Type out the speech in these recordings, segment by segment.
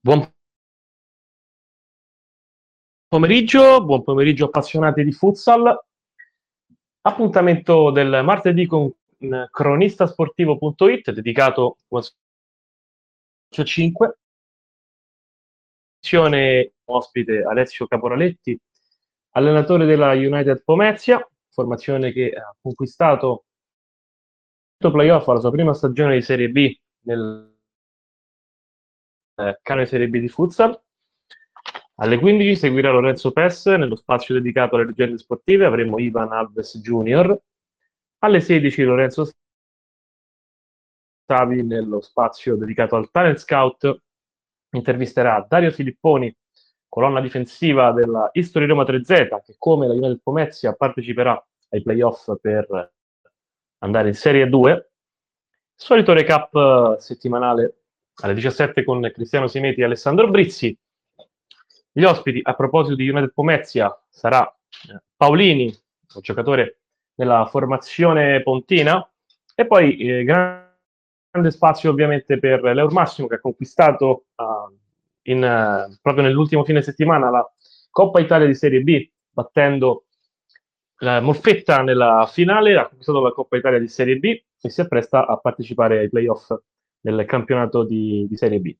Buon buon pomeriggio appassionati di futsal. Appuntamento del martedì con cronistasportivo.it dedicato al calcio 5. Ospite Alessio Caporaletti, allenatore della United Pomezia, formazione che ha conquistato il playoff alla sua prima stagione di Serie B nel canone Serie B di futsal. Alle 15 seguirà Lorenzo Pes nello spazio dedicato alle leggende sportive, avremo Ivan Alves Junior. Alle 16 Lorenzo Savi nello spazio dedicato al Talent Scout intervisterà Dario Filipponi, colonna difensiva della History Roma 3Z, che come la United Pomezia parteciperà ai playoff per andare in Serie 2. Solito recap settimanale alle 17 con Cristiano Simeti e Alessandro Brizzi. Gli ospiti, a proposito di United Pomezia, sarà Paolini, un giocatore della formazione pontina, e poi grande spazio ovviamente per l'Eur Massimo, che ha conquistato proprio nell'ultimo fine settimana la Coppa Italia di Serie B, battendo la Molfetta nella finale, ha conquistato la Coppa Italia di Serie B e si appresta a partecipare ai playoff del campionato di Serie B.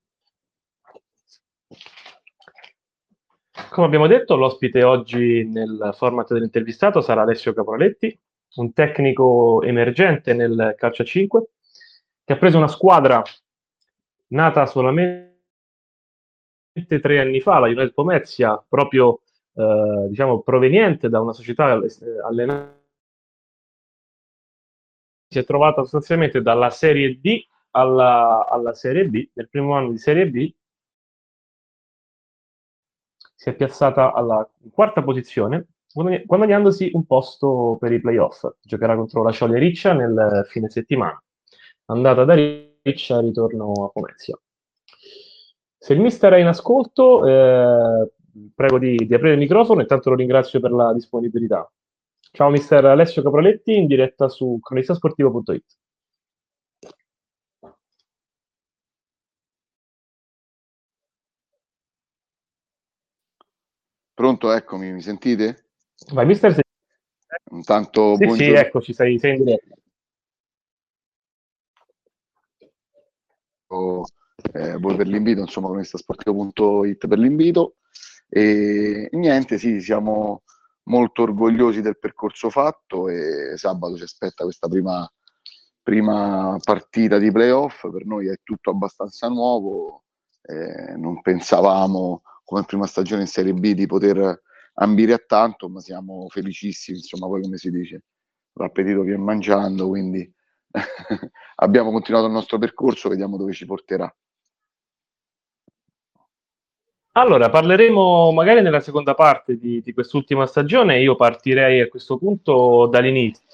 Come abbiamo detto, l'ospite oggi nel format dell'intervistato sarà Alessio Caporaletti, un tecnico emergente nel calcio a 5, che ha preso una squadra nata solamente 3 anni fa, la United Pomezia, proprio diciamo, proveniente da una società allenata. Si è trovata sostanzialmente dalla Serie D alla Serie B. Nel primo anno di Serie B si è piazzata alla quarta posizione, guadagnandosi un posto per i playoff. Giocherà contro la Ciole Riccia nel fine settimana. Andata da Riccia, ritorno a Pomezia. Se il mister è in ascolto, prego di aprire il microfono, intanto lo ringrazio per la disponibilità. Ciao mister Alessio Caproletti, in diretta su cronistasportivo.it. Pronto, eccomi, mi sentite? Vai mister, Intanto sì, sì, buongiorno eccoci, sei in diretta. voi per l'invito, insomma, cronistasportivo.it per l'invito. E niente, sì, siamo molto orgogliosi del percorso fatto e sabato ci aspetta questa prima partita di playoff. Per noi è tutto abbastanza nuovo, non pensavamo come prima stagione in Serie B di poter ambire a tanto, ma siamo felicissimi, insomma, poi come si dice, l'appetito viene mangiando, quindi abbiamo continuato il nostro percorso, vediamo dove ci porterà. Allora, parleremo magari nella seconda parte di quest'ultima stagione. Io partirei a questo punto dall'inizio,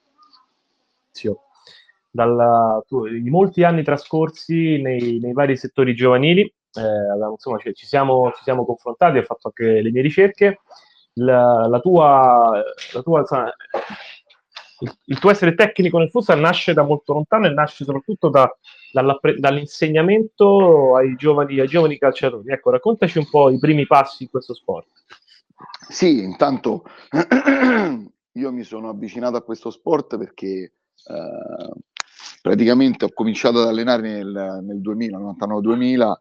i molti anni trascorsi nei vari settori giovanili. Insomma, ci siamo confrontati, ho fatto anche le mie ricerche. Insomma, il tuo essere tecnico nel futsal nasce da molto lontano e nasce soprattutto dall'insegnamento ai giovani calciatori. Ecco, raccontaci un po' i primi passi in questo sport. Sì, intanto io mi sono avvicinato a questo sport perché praticamente ho cominciato ad allenare nel 2000, 99-2000,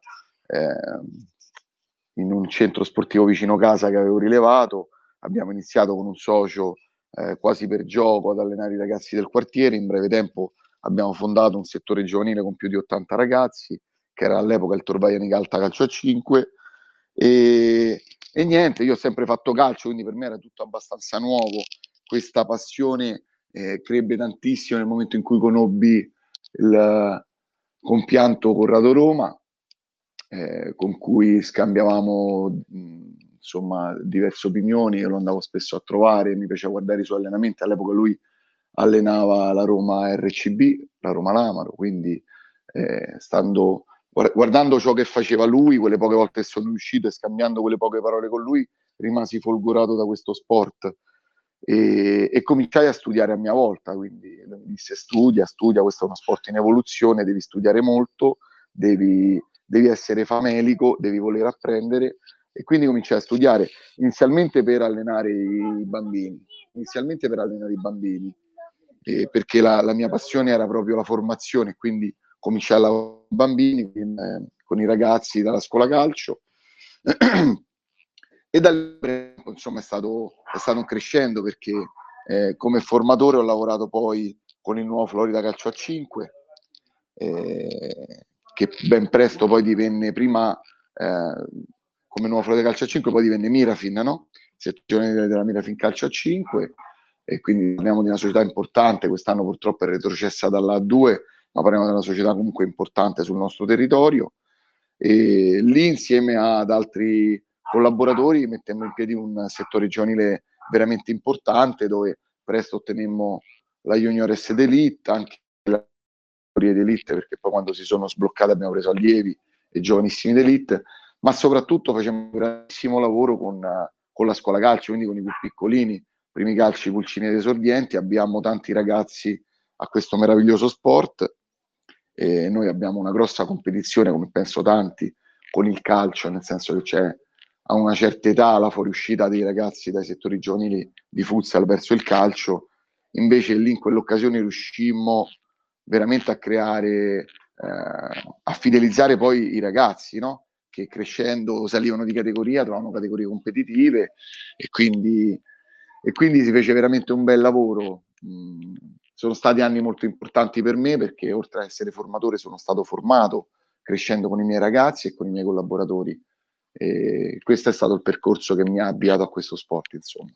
in un centro sportivo vicino casa che avevo rilevato. Abbiamo iniziato con un socio quasi per gioco ad allenare i ragazzi del quartiere. In breve tempo abbiamo fondato un settore giovanile con più di 80 ragazzi, che era all'epoca il Torvaiani Calta Calcio a 5. E niente, io ho sempre fatto calcio, quindi per me era tutto abbastanza nuovo. Questa passione crebbe tantissimo nel momento in cui conobbi il compianto Corrado Roma, con cui scambiavamo insomma diverse opinioni. Io lo andavo spesso a trovare, mi piaceva guardare i suoi allenamenti. All'epoca lui allenava la Roma RCB, la Roma Lamaro, quindi guardando ciò che faceva lui, quelle poche volte che sono riuscito, e scambiando quelle poche parole con lui, rimasi folgorato da questo sport e cominciai a studiare a mia volta. Quindi lui mi disse: studia, questo è uno sport in evoluzione, devi studiare molto, devi devi essere famelico, devi voler apprendere, e quindi cominciai a studiare inizialmente per allenare i bambini, perché la mia passione era proprio la formazione, quindi cominciai a lavorare con i bambini, con i ragazzi dalla scuola calcio e da lì insomma è stato un crescendo, perché come formatore ho lavorato poi con il nuovo Florida Calcio a 5, che ben presto poi divenne prima come nuovo Florida Calcio a 5, poi divenne Mirafin, no? Sezione della Mirafin Calcio a 5, e quindi parliamo di una società importante. Quest'anno purtroppo è retrocessa dalla A2, ma parliamo di una società comunque importante sul nostro territorio, e lì insieme ad altri collaboratori mettemmo in piedi un settore giovanile veramente importante, dove presto ottenemmo la Juniores d'Elite, anche la categoria d'Elite, perché poi quando si sono sbloccate abbiamo preso allievi e giovanissimi d'Elite, ma soprattutto facciamo un grandissimo lavoro con la scuola calcio, quindi con i più piccolini, primi calci, pulcini ed esordienti. Abbiamo tanti ragazzi a questo meraviglioso sport, e noi abbiamo una grossa competizione, come penso tanti, con il calcio, nel senso che c'è a una certa età la fuoriuscita dei ragazzi dai settori giovanili di futsal verso il calcio. Invece lì in quell'occasione riuscimmo veramente a creare, a fidelizzare poi i ragazzi, no? Che crescendo salivano di categoria, trovavano categorie competitive, e quindi si fece veramente un bel lavoro. Sono stati anni molto importanti per me, perché oltre ad essere formatore sono stato formato crescendo con i miei ragazzi e con i miei collaboratori, e questo è stato il percorso che mi ha avviato a questo sport, insomma.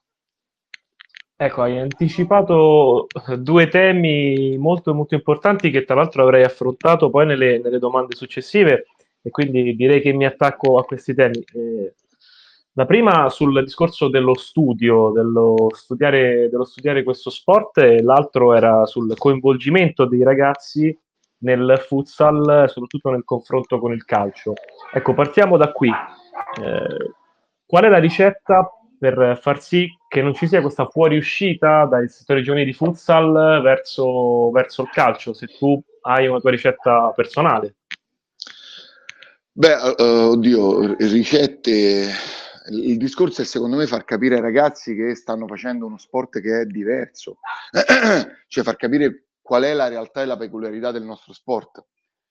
Ecco, hai anticipato due temi molto molto importanti che tra l'altro avrei affrontato poi nelle domande successive, e quindi direi che mi attacco a questi temi. La prima sul discorso dello studio, dello studiare questo sport, e l'altro era sul coinvolgimento dei ragazzi nel futsal, soprattutto nel confronto con il calcio. Ecco, partiamo da qui. Qual è la ricetta per far sì che non ci sia questa fuoriuscita dai settori giovanili di futsal verso il calcio, se tu hai una tua ricetta personale? Beh, oddio, ricette. Il discorso è, secondo me, far capire ai ragazzi che stanno facendo uno sport che è diverso, cioè far capire qual è la realtà e la peculiarità del nostro sport,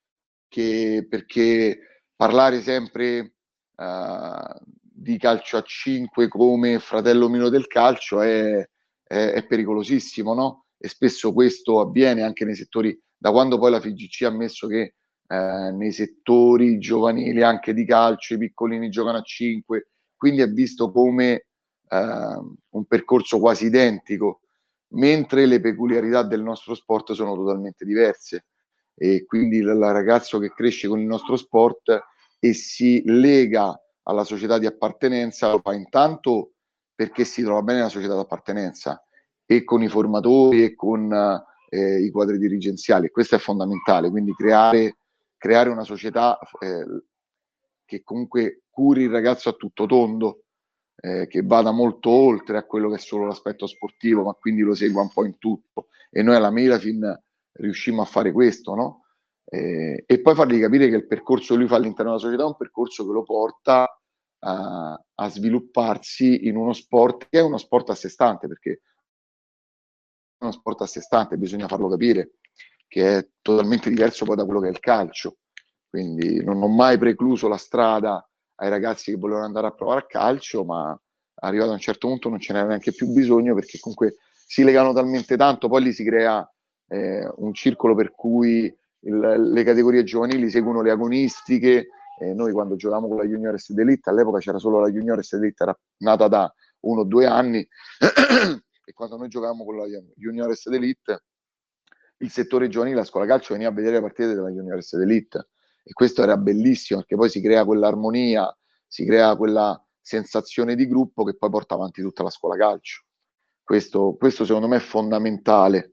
perché parlare sempre di calcio a 5 come fratello minore del calcio è pericolosissimo, no? E spesso questo avviene anche nei settori, da quando poi la FIGC ha ammesso che nei settori giovanili anche di calcio i piccolini giocano a 5, quindi è visto come un percorso quasi identico, mentre le peculiarità del nostro sport sono totalmente diverse, e quindi il ragazzo che cresce con il nostro sport e si lega alla società di appartenenza lo fa intanto perché si trova bene nella società di appartenenza e con i formatori e con i quadri dirigenziali, e questo è fondamentale, quindi creare una società che comunque curi il ragazzo a tutto tondo, che vada molto oltre a quello che è solo l'aspetto sportivo, ma quindi lo segua un po' in tutto. E noi alla Mirafin riuscimmo a fare questo, no? E poi fargli capire che il percorso che lui fa all'interno della società è un percorso che lo porta a svilupparsi in uno sport che è uno sport a sé stante, perché è uno sport a sé stante, bisogna farlo capire, che è totalmente diverso poi da quello che è il calcio. Quindi non ho mai precluso la strada ai ragazzi che volevano andare a provare a calcio, ma arrivato a un certo punto non ce n'era neanche più bisogno, perché comunque si legano talmente tanto, poi lì si crea un circolo per cui le categorie giovanili seguono le agonistiche. Noi quando giocavamo con la Juniores d'Elite, all'epoca c'era solo la Juniores d'Elite, era nata da 1 o 2 anni, e quando noi giocavamo con la Juniores d'Elite, il settore giovanile, la scuola calcio veniva a vedere le partite della Juniores d'Elite, e questo era bellissimo, perché poi si crea quell'armonia, si crea quella sensazione di gruppo che poi porta avanti tutta la scuola calcio. Questo secondo me è fondamentale.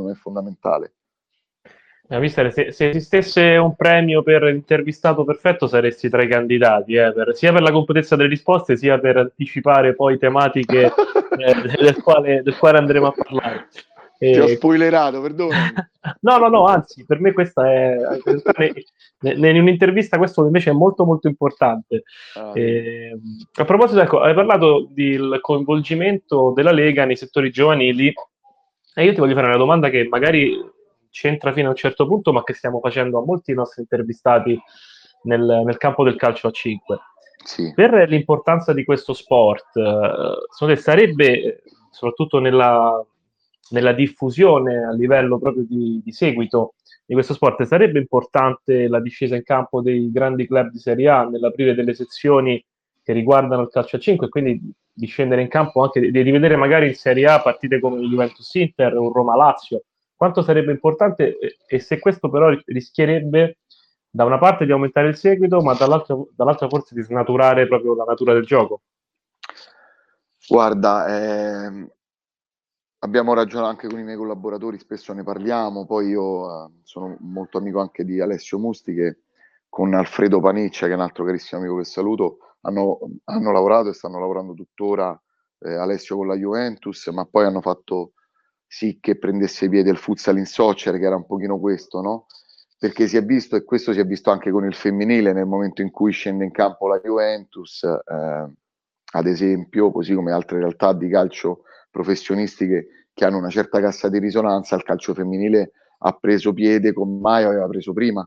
Mister, se esistesse un premio per l'intervistato perfetto, saresti tra i candidati, sia per la completezza delle risposte, sia per anticipare poi tematiche del quale andremo a parlare. Ti ho E... spoilerato, perdonami. No, no, no, anzi, per me questa è... In un'intervista questo invece è molto molto importante. Ah, vedi. A proposito, ecco, hai parlato del coinvolgimento della Lega nei settori giovanili e io ti voglio fare una domanda che magari c'entra fino a un certo punto, ma che stiamo facendo a molti nostri intervistati nel campo del calcio a 5. Sì. Per l'importanza di questo sport, secondo te sarebbe, soprattutto nella diffusione a livello proprio di seguito di questo sport, sarebbe importante la discesa in campo dei grandi club di Serie A nell'aprire delle sezioni che riguardano il calcio a 5 e quindi di scendere in campo anche di rivedere magari in Serie A partite come Juventus Inter o Roma Lazio, quanto sarebbe importante e se questo però rischierebbe da una parte di aumentare il seguito, ma dall'altra forse di snaturare proprio la natura del gioco. Guarda, abbiamo ragionato anche con i miei collaboratori, spesso ne parliamo, poi io sono molto amico anche di Alessio Musti che con Alfredo Paniccia, che è un altro carissimo amico che saluto, hanno lavorato e stanno lavorando tuttora, Alessio con la Juventus, ma poi hanno fatto sì che prendesse piede il futsal in soccer, che era un pochino questo, no? Perché si è visto, e questo si è visto anche con il femminile, nel momento in cui scende in campo la Juventus, ad esempio, così come altre realtà di calcio professionistiche che hanno una certa cassa di risonanza, il calcio femminile ha preso piede come mai aveva preso prima.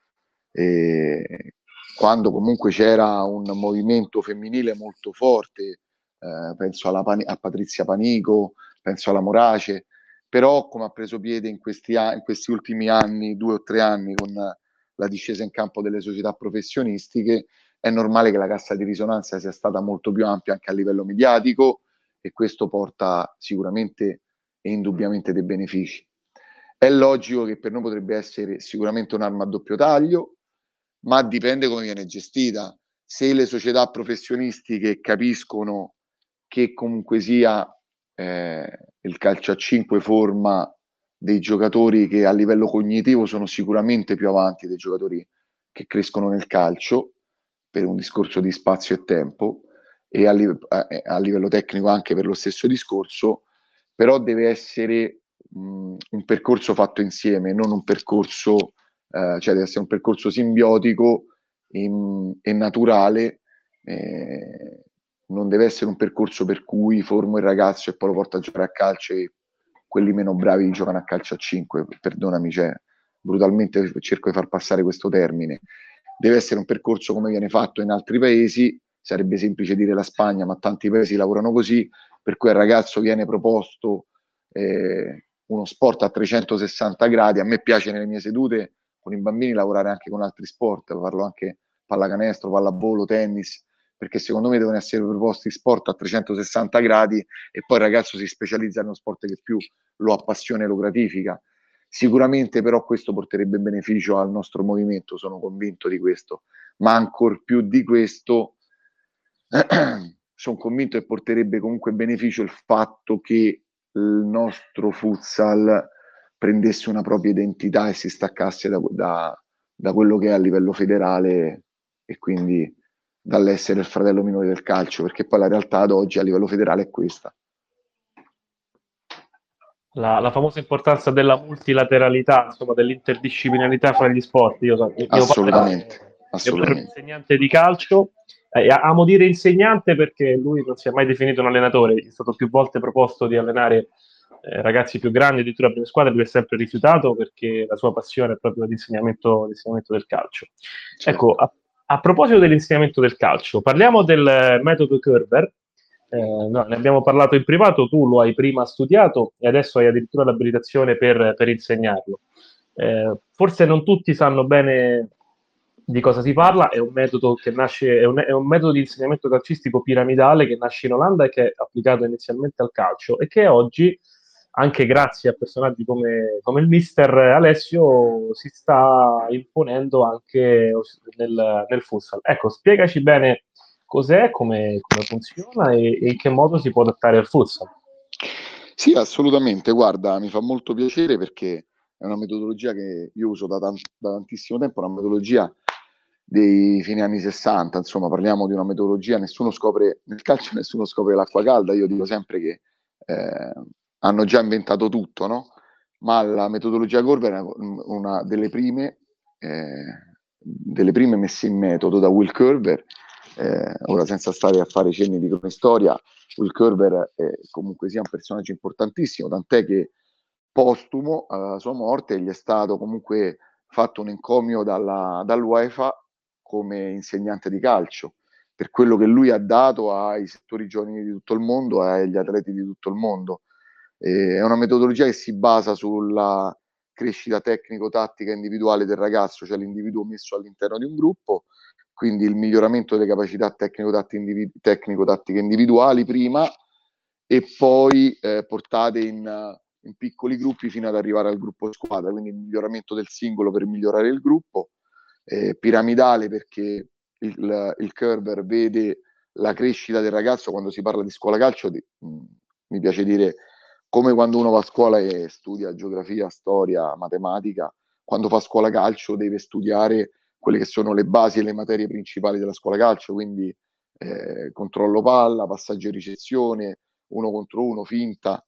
E quando comunque c'era un movimento femminile molto forte, penso a Patrizia Panico, penso alla Morace, però come ha preso piede in questi ultimi anni, 2 o 3 anni, con la discesa in campo delle società professionistiche, è normale che la cassa di risonanza sia stata molto più ampia anche a livello mediatico e questo porta sicuramente e indubbiamente dei benefici. È logico che per noi potrebbe essere sicuramente un'arma a doppio taglio, ma dipende come viene gestita. Se le società professionistiche capiscono che comunque sia il calcio a 5 forma dei giocatori che a livello cognitivo sono sicuramente più avanti dei giocatori che crescono nel calcio, per un discorso di spazio e tempo, e a livello tecnico anche per lo stesso discorso, però deve essere un percorso fatto insieme, non un percorso, cioè deve essere un percorso simbiotico e naturale, non deve essere un percorso per cui formo il ragazzo e poi lo porto a giocare a calcio e quelli meno bravi giocano a calcio a 5, perdonami, cioè, brutalmente cerco di far passare questo termine. Deve essere un percorso come viene fatto in altri paesi, sarebbe semplice dire la Spagna, ma tanti paesi lavorano così, per cui al ragazzo viene proposto uno sport a 360 gradi. A me piace nelle mie sedute con i bambini lavorare anche con altri sport, parlo anche pallacanestro, pallavolo, tennis, perché secondo me devono essere proposti sport a 360 gradi e poi il ragazzo si specializza in uno sport che più lo appassiona e lo gratifica. Sicuramente però questo porterebbe beneficio al nostro movimento, sono convinto di questo, ma ancor più di questo sono convinto che porterebbe comunque beneficio il fatto che il nostro futsal prendesse una propria identità e si staccasse da quello che è a livello federale e quindi dall'essere il fratello minore del calcio, perché poi la realtà ad oggi a livello federale è questa. La famosa importanza della multilateralità, insomma, dell'interdisciplinarità fra gli sport. Assolutamente, Mio padre è un assolutamente. insegnante di calcio, amo dire insegnante perché lui non si è mai definito un allenatore, è stato più volte proposto di allenare ragazzi più grandi, addirittura prime squadre, lui è sempre rifiutato perché la sua passione è proprio l'insegnamento del calcio. Ecco, Certo. a proposito dell'insegnamento del calcio, parliamo del metodo Kerber. No, ne abbiamo parlato in privato, tu lo hai prima studiato e adesso hai addirittura l'abilitazione per insegnarlo. Forse non tutti sanno bene di cosa si parla, è un metodo che nasce, è un metodo di insegnamento calcistico piramidale che nasce in Olanda e che è applicato inizialmente al calcio e che oggi, anche grazie a personaggi come il mister Alessio, si sta imponendo anche nel futsal. Ecco, spiegaci bene cos'è, come funziona e in che modo si può adattare al futsal. Sì, assolutamente. Guarda, mi fa molto piacere perché è una metodologia che io uso da tantissimo tempo, una metodologia dei fine anni 60, insomma, parliamo di una metodologia, nessuno scopre, nel calcio nessuno scopre l'acqua calda, io dico sempre che hanno già inventato tutto, no? Ma la metodologia Corber è una delle prime messe in metodo da Will Kerber. Ora, senza stare a fare cenni di storia, Will Kerber è comunque sia un personaggio importantissimo, tant'è che postumo alla sua morte gli è stato comunque fatto un encomio dall'UEFA come insegnante di calcio, per quello che lui ha dato ai settori giovanili di tutto il mondo e agli atleti di tutto il mondo. È una metodologia che si basa sulla crescita tecnico-tattica individuale del ragazzo, cioè l'individuo messo all'interno di un gruppo, quindi il miglioramento delle capacità tecnico-tattiche individuali prima e poi portate in piccoli gruppi fino ad arrivare al gruppo squadra, quindi il miglioramento del singolo per migliorare il gruppo, piramidale perché il Kerber vede la crescita del ragazzo. Quando si parla di scuola calcio mi piace dire come quando uno va a scuola e studia geografia, storia, matematica, quando fa scuola calcio deve studiare quelle che sono le basi e le materie principali della scuola calcio, quindi controllo palla, passaggio e ricezione, uno contro uno, finta,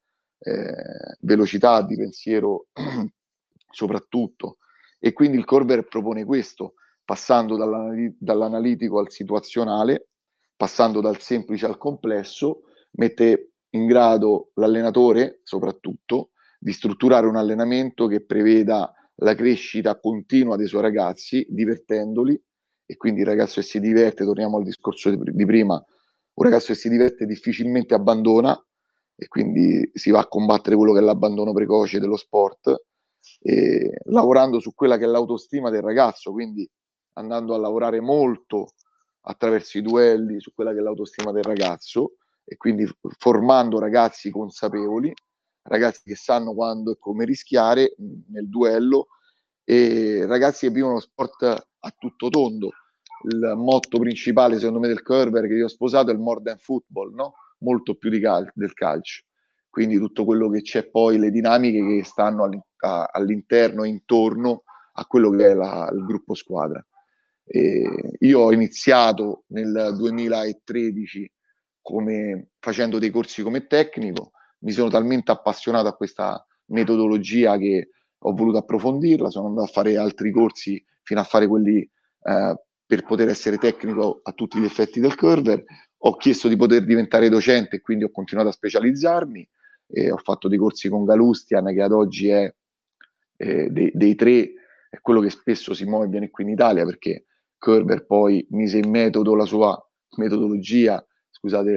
velocità di pensiero soprattutto. E quindi il Corber propone questo, passando dall'analitico al situazionale, passando dal semplice al complesso, mette in grado l'allenatore, soprattutto, di strutturare un allenamento che preveda la crescita continua dei suoi ragazzi, divertendoli, e quindi il ragazzo che si diverte, torniamo al discorso di prima, un ragazzo che si diverte difficilmente abbandona, e quindi si va a combattere quello che è l'abbandono precoce dello sport, lavorando su quella che è l'autostima del ragazzo, quindi andando a lavorare molto attraverso i duelli su quella che è l'autostima del ragazzo, e quindi formando ragazzi consapevoli, ragazzi che sanno quando e come rischiare nel duello, e ragazzi che vivono lo sport a tutto tondo. Il motto principale secondo me del Kerber che io ho sposato è il more than football, no? Molto più del calcio, quindi tutto quello che c'è poi, le dinamiche che stanno all'interno e intorno a quello che è il gruppo squadra. Io ho iniziato nel 2013 facendo dei corsi come tecnico, mi sono talmente appassionato a questa metodologia che ho voluto approfondirla, sono andato a fare altri corsi fino a fare quelli per poter essere tecnico a tutti gli effetti del Kerber. Ho chiesto di poter diventare docente e quindi ho continuato a specializzarmi, ho fatto dei corsi con Galustian che ad oggi è dei tre è quello che spesso si muove bene qui in Italia, perché Kerber poi mise in metodo la sua metodologia, scusate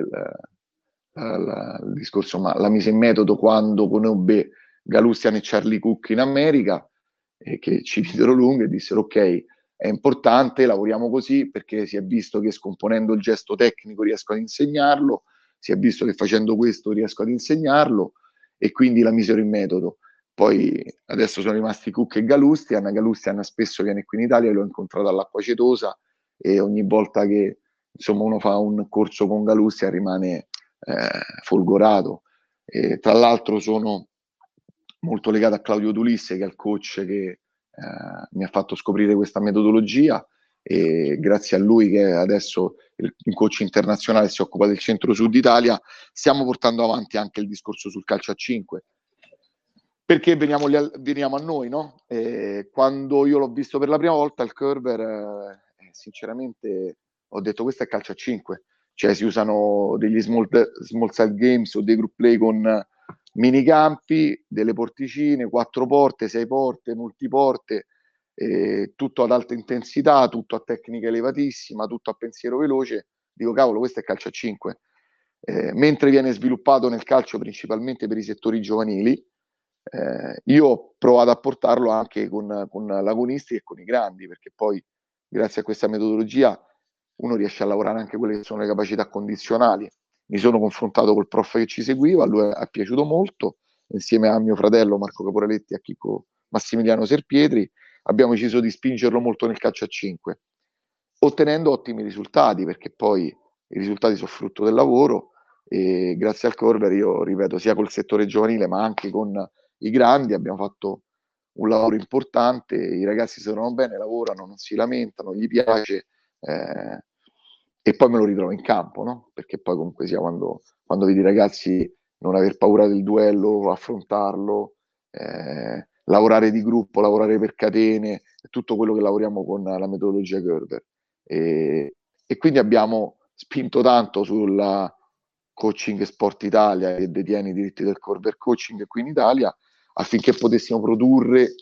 il discorso, ma la mise in metodo quando conobbe Galustian e Charlie Cook in America, che ci videro lungo e dissero ok, è importante, lavoriamo così, perché si è visto che scomponendo il gesto tecnico riesco ad insegnarlo, si è visto che facendo questo riesco ad insegnarlo, e quindi la misero in metodo. Poi adesso sono rimasti Cook e Galustian. Galustian spesso viene qui in Italia, l'ho incontrato all'Acqua Cetosa, e ogni volta che insomma uno fa un corso con Galustian rimane folgorato. Tra l'altro sono molto legato a Claudio Tulisse, che è il coach che mi ha fatto scoprire questa metodologia, e grazie a lui, che adesso un coach internazionale, si occupa del centro-sud Italia, stiamo portando avanti anche il discorso sul calcio a 5. Perché veniamo a noi, no? Quando io l'ho visto per la prima volta il Kerber, sinceramente ho detto questo è calcio a 5, cioè si usano degli small side games o dei group play con minicampi, delle porticine, 4 porte, 6 porte, multiporte, tutto ad alta intensità, tutto a tecnica elevatissima, tutto a pensiero veloce. Dico cavolo, questo è calcio a 5. Mentre viene sviluppato nel calcio principalmente per i settori giovanili, io ho provato a portarlo anche con l'agonisti e con i grandi, perché poi grazie a questa metodologia uno riesce a lavorare anche quelle che sono le capacità condizionali. Mi sono confrontato col prof che ci seguiva, a lui è piaciuto molto, insieme a mio fratello Marco Caporaletti e a Chicco Massimiliano Serpietri abbiamo deciso di spingerlo molto nel calcio a 5, ottenendo ottimi risultati, perché poi i risultati sono frutto del lavoro, e grazie al Corver, io ripeto, sia col settore giovanile ma anche con i grandi abbiamo fatto un lavoro importante, i ragazzi si trovano bene, lavorano, non si lamentano, gli piace, e poi me lo ritrovo in campo, no? Perché poi comunque sia quando vedi i ragazzi non aver paura del duello, affrontarlo, lavorare di gruppo, lavorare per catene, tutto quello che lavoriamo con la metodologia Gerber. E quindi abbiamo spinto tanto sulla Coaching Sport Italia, che detiene i diritti del Corber Coaching qui in Italia, affinché potessimo produrre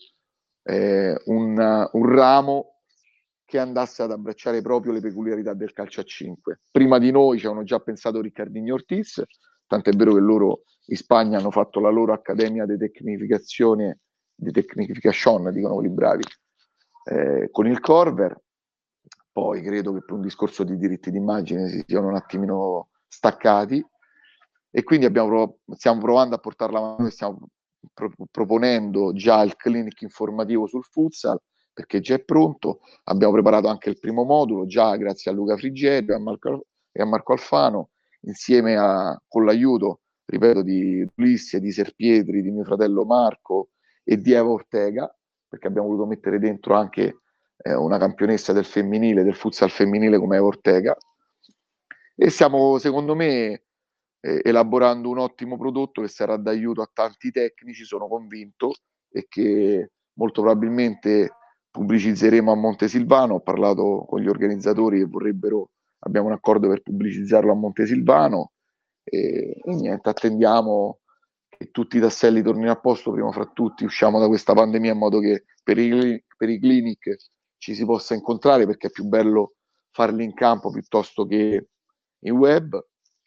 un ramo che andasse ad abbracciare proprio le peculiarità del calcio a 5. Prima di noi ci avevano già pensato Riccardini e Ortiz, tant'è vero che loro in Spagna hanno fatto la loro accademia di tecnificazione, di tecnification, dicono quelli bravi, con il Corver. Poi credo che per un discorso di diritti d'immagine si siano un attimino staccati, e quindi stiamo provando a portarla avanti, stiamo proponendo già il clinic informativo sul futsal, perché già è pronto. Abbiamo preparato anche il primo modulo, già grazie a Luca Frigerio e a Marco Alfano, insieme con l'aiuto, ripeto, di Ulissi, di Serpietri, di mio fratello Marco e di Eva Ortega, perché abbiamo voluto mettere dentro anche una campionessa del femminile, del futsal femminile come Eva Ortega, e stiamo, secondo me, elaborando un ottimo prodotto che sarà d'aiuto a tanti tecnici, sono convinto, e che molto probabilmente pubblicizzeremo a Montesilvano. Ho parlato con gli organizzatori che abbiamo un accordo per pubblicizzarlo a Montesilvano, e niente, attendiamo che tutti i tasselli tornino a posto prima fra tutti, usciamo da questa pandemia in modo che per i clinic ci si possa incontrare, perché è più bello farli in campo piuttosto che in web.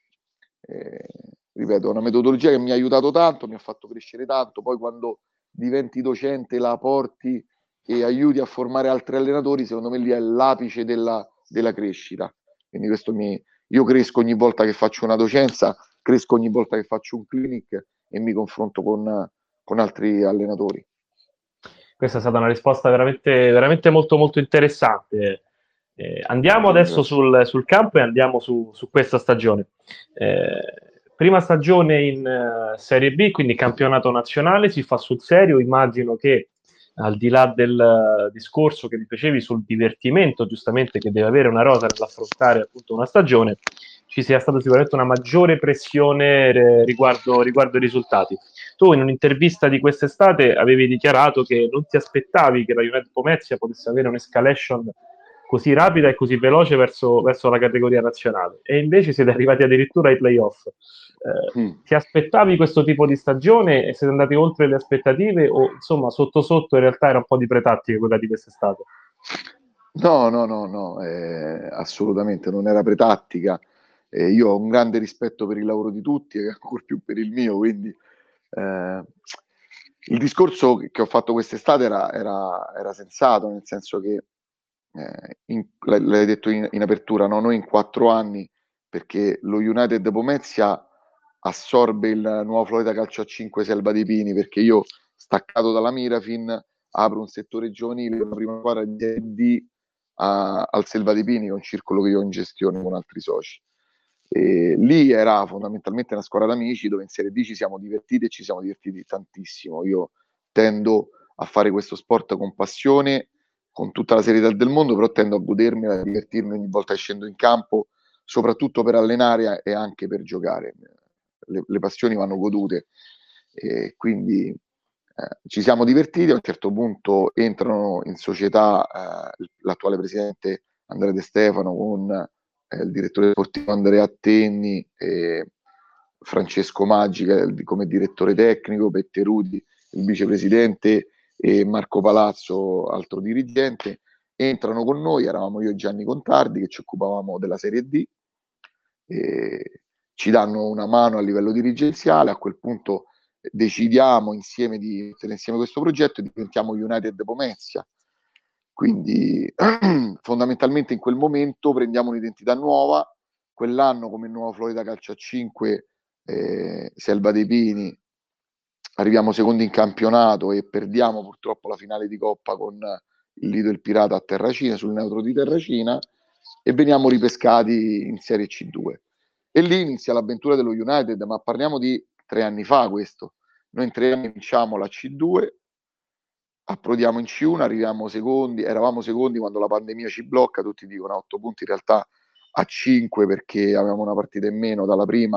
Ripeto, è una metodologia che mi ha aiutato tanto, mi ha fatto crescere tanto. Poi quando diventi docente, la porti e aiuti a formare altri allenatori, secondo me lì è l'apice della crescita. Quindi io cresco ogni volta che faccio una docenza, cresco ogni volta che faccio un clinic e mi confronto con altri allenatori. Questa è stata una risposta veramente, veramente molto, molto interessante. Andiamo adesso sul campo e andiamo su questa stagione. Prima stagione in Serie B, quindi campionato nazionale, si fa sul serio. Immagino che, al di là del discorso che mi facevi sul divertimento, giustamente, che deve avere una rosa nell'affrontare appunto una stagione, ci sia stata sicuramente una maggiore pressione riguardo i risultati. Tu in un'intervista di quest'estate avevi dichiarato che non ti aspettavi che la United Pomezia potesse avere un'escalation così rapida e così veloce verso la categoria nazionale, e invece siete arrivati addirittura ai playoff. Ti aspettavi questo tipo di stagione e siete andati oltre le aspettative, o insomma sotto sotto in realtà era un po' di pretattica quella di quest'estate? No, assolutamente non era pretattica. Io ho un grande rispetto per il lavoro di tutti e ancor più per il mio, quindi il discorso che ho fatto quest'estate era sensato, nel senso che l'hai detto in apertura, no? Noi in 4 anni, perché lo United Pomezia assorbe il nuovo Florida Calcio a 5 Selva dei Pini, perché io, staccato dalla Mirafin, apro un settore giovanile, una prima squadra di Serie D al Selva dei Pini, che è un circolo che io ho in gestione con altri soci. E lì era fondamentalmente una squadra d'amici, dove in Serie D ci siamo divertiti, e ci siamo divertiti tantissimo. Io tendo a fare questo sport con passione, con tutta la serietà del mondo, però tendo a godermi, a divertirmi ogni volta che scendo in campo, soprattutto per allenare e anche per giocare. Le passioni vanno godute, e quindi ci siamo divertiti. A un certo punto entrano in società l'attuale presidente Andrea De Stefano con il direttore sportivo Andrea Attenni, Francesco Magica come direttore tecnico, Petterudi il vicepresidente e Marco Palazzo altro dirigente. Entrano con noi, eravamo io e Gianni Contardi che ci occupavamo della Serie D, e ci danno una mano a livello dirigenziale. A quel punto decidiamo insieme di mettere insieme questo progetto e diventiamo United Pomezia. Quindi fondamentalmente in quel momento prendiamo un'identità nuova. Quell'anno, come nuova Florida Calcio a 5 Selva dei Pini, arriviamo secondi in campionato e perdiamo purtroppo la finale di Coppa con il Lido il Pirata a Terracina, sul neutro di Terracina, e veniamo ripescati in Serie C2. E lì inizia l'avventura dello United, ma parliamo di 3 anni fa questo. Noi in 3 anni vinciamo la C2, approdiamo in C1, arriviamo secondi, eravamo secondi quando la pandemia ci blocca, tutti dicono a 8 punti, in realtà a 5, perché avevamo una partita in meno dalla prima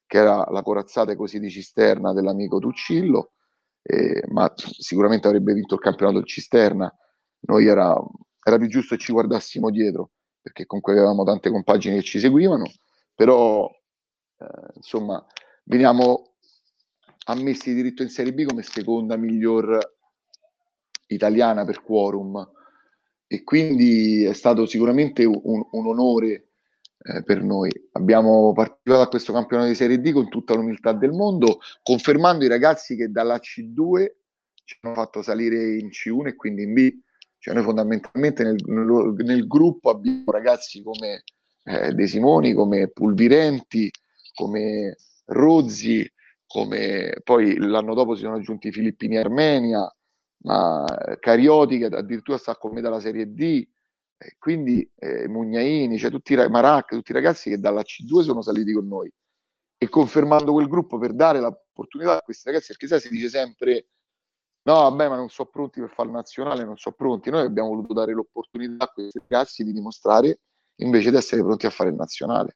che era la corazzata così di Cisterna dell'amico Tuccillo, ma sicuramente avrebbe vinto il campionato il Cisterna. Noi era più giusto che ci guardassimo dietro, perché comunque avevamo tante compagini che ci seguivano, però insomma veniamo ammessi di diritto in Serie B come seconda miglior italiana per quorum, e quindi è stato sicuramente un onore per noi. Abbiamo partecipato a questo campionato di Serie D con tutta l'umiltà del mondo, confermando i ragazzi che dalla C2 ci hanno fatto salire in C1 e quindi in B. Cioè noi fondamentalmente nel gruppo abbiamo ragazzi come De Simoni, come Pulvirenti, come Rozzi, come poi l'anno dopo si sono aggiunti Filippini Armenia, ma Carioti che addirittura sta con me dalla Serie D, quindi Mugnaini, cioè Marac, tutti i ragazzi che dalla C2 sono saliti con noi, e confermando quel gruppo per dare l'opportunità a questi ragazzi, perché sai, si dice sempre no vabbè ma non sono pronti per fare il nazionale, non sono pronti. Noi abbiamo voluto dare l'opportunità a questi ragazzi di dimostrare invece di essere pronti a fare il nazionale,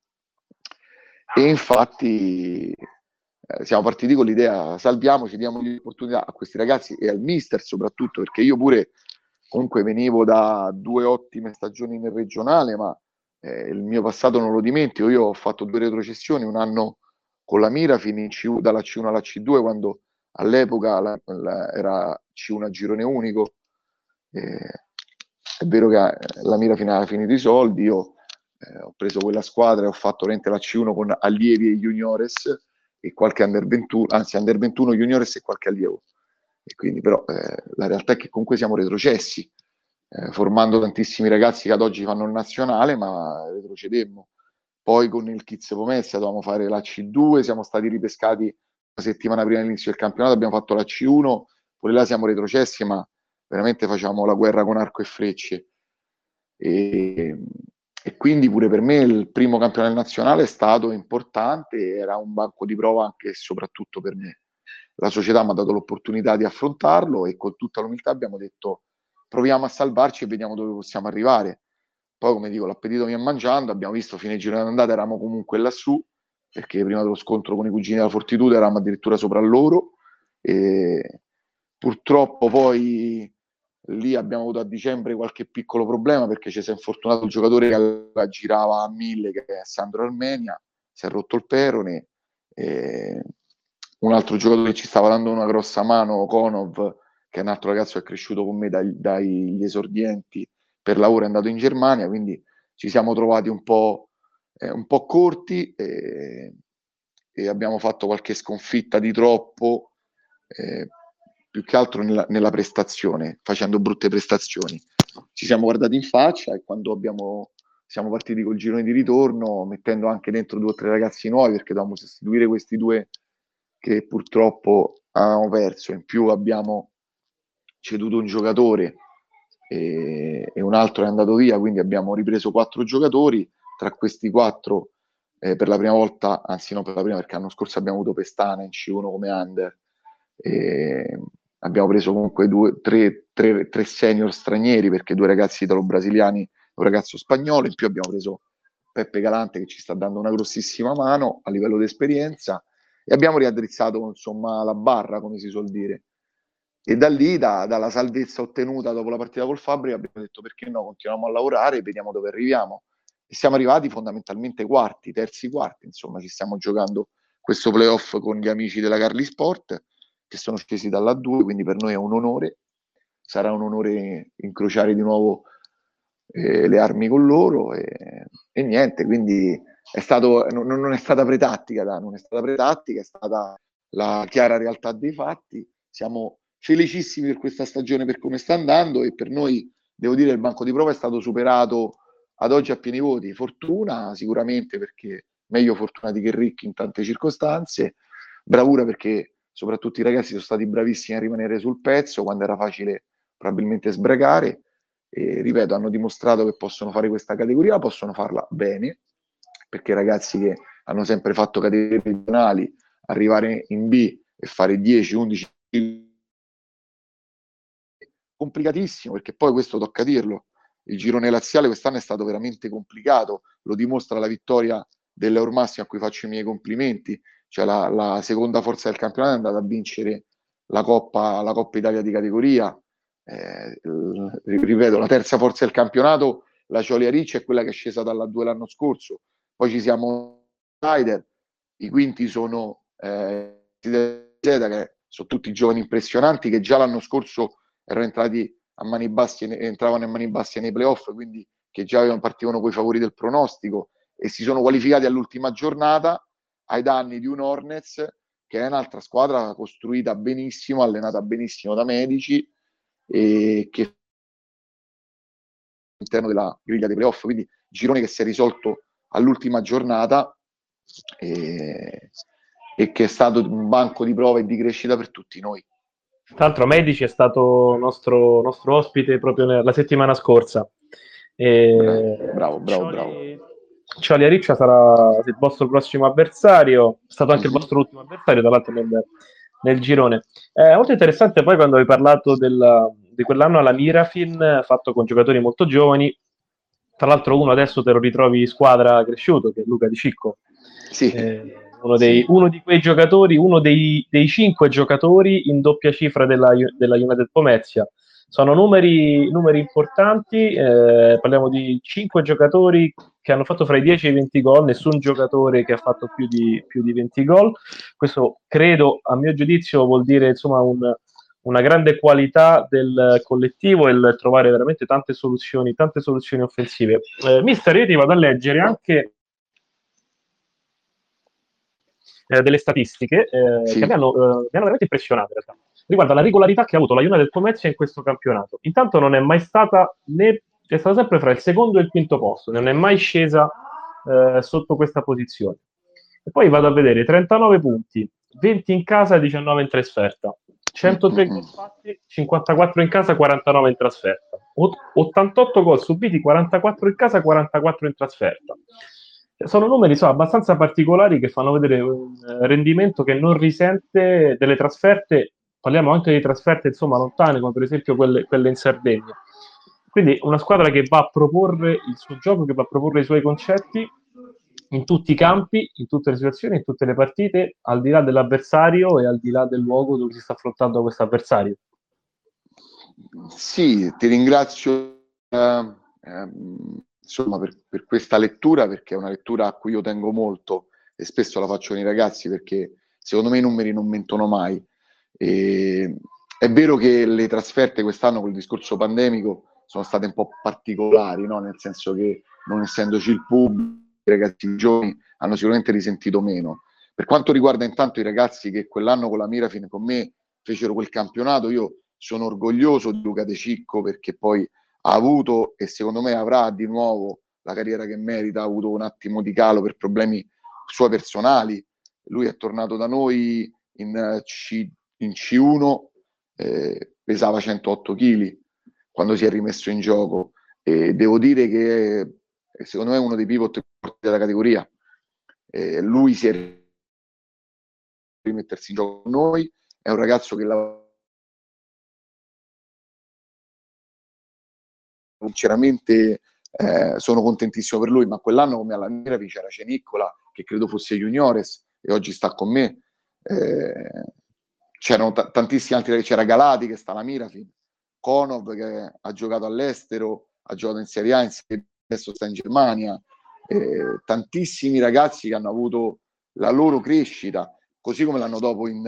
e infatti siamo partiti con l'idea salviamoci, diamo l'opportunità a questi ragazzi e al mister soprattutto, perché io pure comunque venivo da 2 ottime stagioni nel regionale, ma il mio passato non lo dimentico. Io ho fatto 2 retrocessioni, un anno con la Mira fino in dalla C1 alla C2, quando all'epoca era C1 a girone unico. È vero che la Mira ha finito i soldi, io ho preso quella squadra e ho fatto veramente la C1 con allievi e juniores e qualche under 21, anzi under 21, juniores e qualche allievo. E quindi però la realtà è che comunque siamo retrocessi, formando tantissimi ragazzi che ad oggi fanno il nazionale, ma retrocedemmo. Poi con il Kids Pomezia dovevamo fare la C2, siamo stati ripescati una settimana prima dell'inizio del campionato, abbiamo fatto la C1, poi là siamo retrocessi, ma veramente facciamo la guerra con arco e frecce. E quindi pure per me il primo campionato nazionale è stato importante, era un banco di prova anche e soprattutto per me. La società mi ha dato l'opportunità di affrontarlo e con tutta l'umiltà abbiamo detto proviamo a salvarci e vediamo dove possiamo arrivare. Poi, come dico, l'appetito mi è mangiando, abbiamo visto fine girone d'andata, eravamo comunque lassù, perché prima dello scontro con i cugini della Fortitudo eravamo addirittura sopra loro, e purtroppo poi lì abbiamo avuto a dicembre qualche piccolo problema perché ci si è infortunato il giocatore che la girava a 1000, che è Sandro Armenia, si è rotto il perone, e un altro giocatore che ci stava dando una grossa mano, Konov, che è un altro ragazzo che è cresciuto con me dagli esordienti, per lavoro è andato in Germania, quindi ci siamo trovati un po' corti, e abbiamo fatto qualche sconfitta di troppo, più che altro nella prestazione, facendo brutte prestazioni. Ci siamo guardati in faccia e quando siamo partiti col girone di ritorno, mettendo anche dentro 2 o 3 ragazzi nuovi, perché dovevamo sostituire questi 2 che purtroppo avevamo perso. In più abbiamo ceduto un giocatore e un altro è andato via, quindi abbiamo ripreso 4 giocatori. Tra questi 4 per la prima volta, anzi non per la prima, perché l'anno scorso abbiamo avuto Pestana in C1 come under, abbiamo preso comunque 3 senior stranieri, perché 2 ragazzi italo-brasiliani e un ragazzo spagnolo, in più abbiamo preso Peppe Galante che ci sta dando una grossissima mano a livello di esperienza, e abbiamo riaddrizzato insomma la barra, come si suol dire. E da lì, dalla salvezza ottenuta dopo la partita col Fabri, abbiamo detto perché no, continuiamo a lavorare e vediamo dove arriviamo. E siamo arrivati fondamentalmente quarti, terzi quarti, insomma ci stiamo giocando questo playoff con gli amici della Carli Sport, che sono scesi dalla 2, quindi per noi è un onore, sarà un onore incrociare di nuovo le armi con loro, e niente, quindi non è stata pretattica, non è stata pretattica, è stata la chiara realtà dei fatti. Siamo felicissimi per questa stagione, per come sta andando, e per noi, devo dire, il banco di prova è stato superato ad oggi a pieni voti. Fortuna sicuramente, perché meglio fortunati che ricchi in tante circostanze, bravura perché soprattutto i ragazzi sono stati bravissimi a rimanere sul pezzo quando era facile probabilmente sbragare, e ripeto, hanno dimostrato che possono fare questa categoria, possono farla bene, perché ragazzi che hanno sempre fatto categorie regionali, arrivare in B e fare 10, 11, complicatissimo, perché poi questo tocca dirlo, il girone laziale quest'anno è stato veramente complicato, lo dimostra la vittoria dell'Eur Massimo, a cui faccio i miei complimenti, cioè la seconda forza del campionato è andata a vincere la Coppa Italia di categoria. Ripeto, la terza forza del campionato, la Cioli Ricci, è quella che è scesa dalla 2 l'anno scorso. Poi ci siamo i quinti sono che sono tutti giovani impressionanti che già l'anno scorso erano entrati a mani basse, entravano a mani basse nei playoff, quindi che già partivano coi favori del pronostico e si sono qualificati all'ultima giornata ai danni di un Hornets che è un'altra squadra costruita benissimo, allenata benissimo da medici e che all'interno della griglia dei playoff, quindi girone che si è risolto all'ultima giornata e che è stato un banco di prova e di crescita per tutti noi. Tra l'altro Medici è stato nostro ospite proprio la settimana scorsa. Bravo. Cioli Riccia sarà il vostro prossimo avversario, è stato anche il vostro ultimo avversario, tra l'altro nel girone. È molto interessante poi quando hai parlato di quell'anno alla Mirafin, fatto con giocatori molto giovani, tra l'altro uno adesso te lo ritrovi in squadra cresciuto, che è Luca Di Cicco. Sì. Uno di quei giocatori, uno dei 5 giocatori in doppia cifra della United Pomezia. Sono numeri importanti, parliamo di 5 giocatori che hanno fatto fra i 10 e i 20 gol, nessun giocatore che ha fatto più di 20 gol. Questo credo, a mio giudizio, vuol dire insomma una grande qualità del collettivo e il trovare veramente tante soluzioni offensive. Mister, io ti vado a leggere anche delle statistiche Sì. che mi hanno veramente impressionato in realtà. Riguarda la regolarità che ha avuto la Juve del Pomezia in questo campionato. Intanto non è mai stata è stata sempre fra il secondo e il quinto posto, non è mai scesa sotto questa posizione. E poi vado a vedere 39 punti, 20 in casa, 19 in trasferta. 103 gol fatti, 54 in casa, 49 in trasferta. 88 gol subiti, 44 in casa, 44 in trasferta. Sono numeri abbastanza particolari che fanno vedere un rendimento che non risente delle trasferte, parliamo anche di trasferte insomma lontane, come per esempio quelle in Sardegna. Quindi una squadra che va a proporre il suo gioco, che va a proporre i suoi concetti in tutti i campi, in tutte le situazioni, in tutte le partite, al di là dell'avversario e al di là del luogo dove si sta affrontando questo avversario. Sì, ti ringrazio insomma per questa lettura, perché è una lettura a cui io tengo molto e spesso la faccio con i ragazzi perché secondo me i numeri non mentono mai. È vero che le trasferte quest'anno col discorso pandemico sono state un po' particolari, no? Nel senso che non essendoci il pubblico, i ragazzi giovani hanno sicuramente risentito meno. Per quanto riguarda intanto i ragazzi che quell'anno con la Mirafin con me fecero quel campionato, io sono orgoglioso di Luca De Cicco perché poi ha avuto e secondo me avrà di nuovo la carriera che merita, ha avuto un attimo di calo per problemi suoi personali. Lui è tornato da noi in C1, pesava 108 kg quando si è rimesso in gioco e devo dire che secondo me è uno dei pivot della categoria. Lui si è rimettersi in gioco con noi, è un ragazzo che sinceramente sono contentissimo per lui, ma quell'anno come alla Miravi c'era Ceniccola che credo fosse juniores e oggi sta con me, c'erano tantissimi altri, c'era Galati che sta alla Mirafin, Konov che ha giocato all'estero, ha giocato in Serie A, adesso sta in Germania, tantissimi ragazzi che hanno avuto la loro crescita, così come l'anno dopo in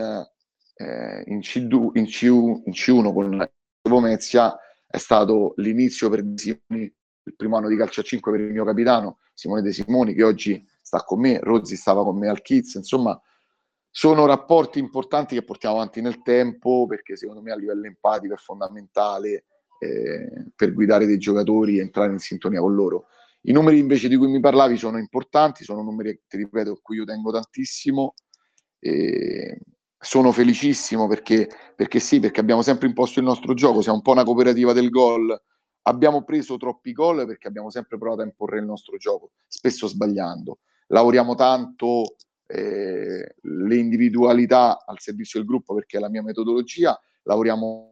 C1 con Pomezia è stato l'inizio per De Simoni, il primo anno di calcio a 5 per il mio capitano Simone De Simoni, che oggi sta con me, Rozzi stava con me al Kids, insomma sono rapporti importanti che portiamo avanti nel tempo, perché secondo me a livello empatico è fondamentale per guidare dei giocatori e entrare in sintonia con loro. I numeri invece di cui mi parlavi sono importanti, sono numeri, ti ripeto, a cui io tengo tantissimo. Sono felicissimo perché sì, perché abbiamo sempre imposto il nostro gioco, siamo un po' una cooperativa del gol, abbiamo preso troppi gol perché abbiamo sempre provato a imporre il nostro gioco, spesso sbagliando. Lavoriamo tanto le individualità al servizio del gruppo perché è la mia metodologia, lavoriamo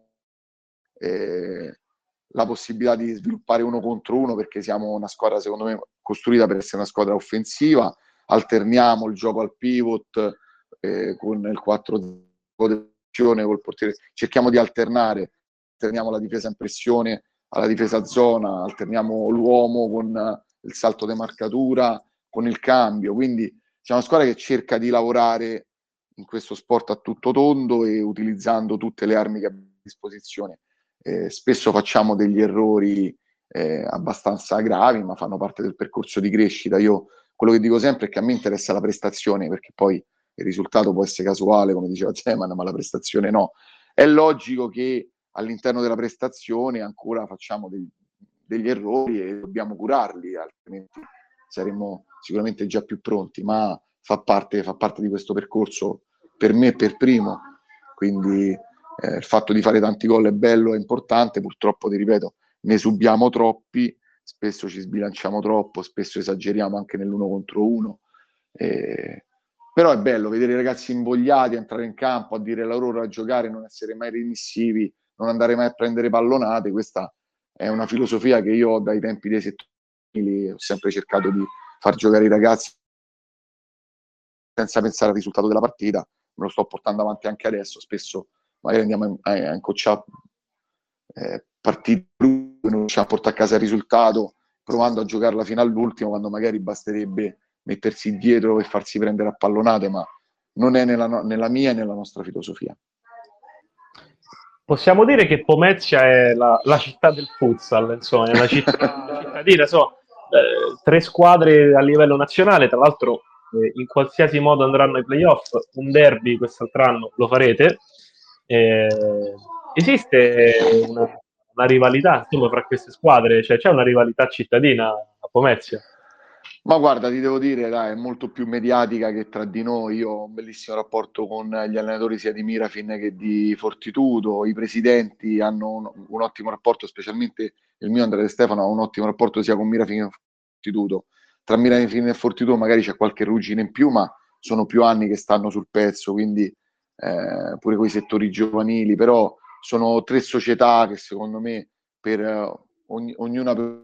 la possibilità di sviluppare uno contro uno perché siamo una squadra secondo me costruita per essere una squadra offensiva, alterniamo il gioco al pivot con il 4 col portiere, cerchiamo di alterniamo la difesa in pressione alla difesa a zona, alterniamo l'uomo con il salto di marcatura, con il cambio, quindi siamo una squadra che cerca di lavorare in questo sport a tutto tondo e utilizzando tutte le armi che abbiamo a disposizione. Spesso facciamo degli errori abbastanza gravi, ma fanno parte del percorso di crescita. Io quello che dico sempre è che a me interessa la prestazione, perché poi il risultato può essere casuale, come diceva Zeman, ma la prestazione no. È logico che all'interno della prestazione ancora facciamo degli errori e dobbiamo curarli, altrimenti saremmo sicuramente già più pronti, ma fa parte di questo percorso per me per primo, quindi il fatto di fare tanti gol è bello, è importante, purtroppo ti ripeto, ne subiamo troppi, spesso ci sbilanciamo troppo, spesso esageriamo anche nell'uno contro uno, però è bello vedere i ragazzi invogliati a entrare in campo, a dire la loro, a giocare, non essere mai remissivi, non andare mai a prendere pallonate. Questa è una filosofia che io ho dai tempi dei settori, ho sempre cercato di far giocare i ragazzi senza pensare al risultato della partita, me lo sto portando avanti anche adesso, spesso magari andiamo a incocciare partite non riusciamo a portare a casa il risultato provando a giocarla fino all'ultimo, quando magari basterebbe mettersi dietro e farsi prendere a pallonate, ma non è nella mia e nella nostra filosofia. Possiamo dire che Pomezia è la città del futsal, insomma, è una cittadina, tre squadre a livello nazionale, tra l'altro in qualsiasi modo andranno ai playoff, un derby quest'altro anno lo farete. Esiste una rivalità, insomma, fra queste squadre, cioè c'è una rivalità cittadina a Pomezia? Ma guarda, ti devo dire, dai, è molto più mediatica che tra di noi. Io ho un bellissimo rapporto con gli allenatori sia di Mirafin che di Fortitudo, i presidenti hanno un ottimo rapporto, specialmente il mio Andrea De Stefano ha un ottimo rapporto sia con Mirafin che Fortitudo. Tra Mirafin e Fortitudo magari c'è qualche ruggine in più, ma sono più anni che stanno sul pezzo, quindi pure con i settori giovanili, però sono tre società che secondo me per ognuna per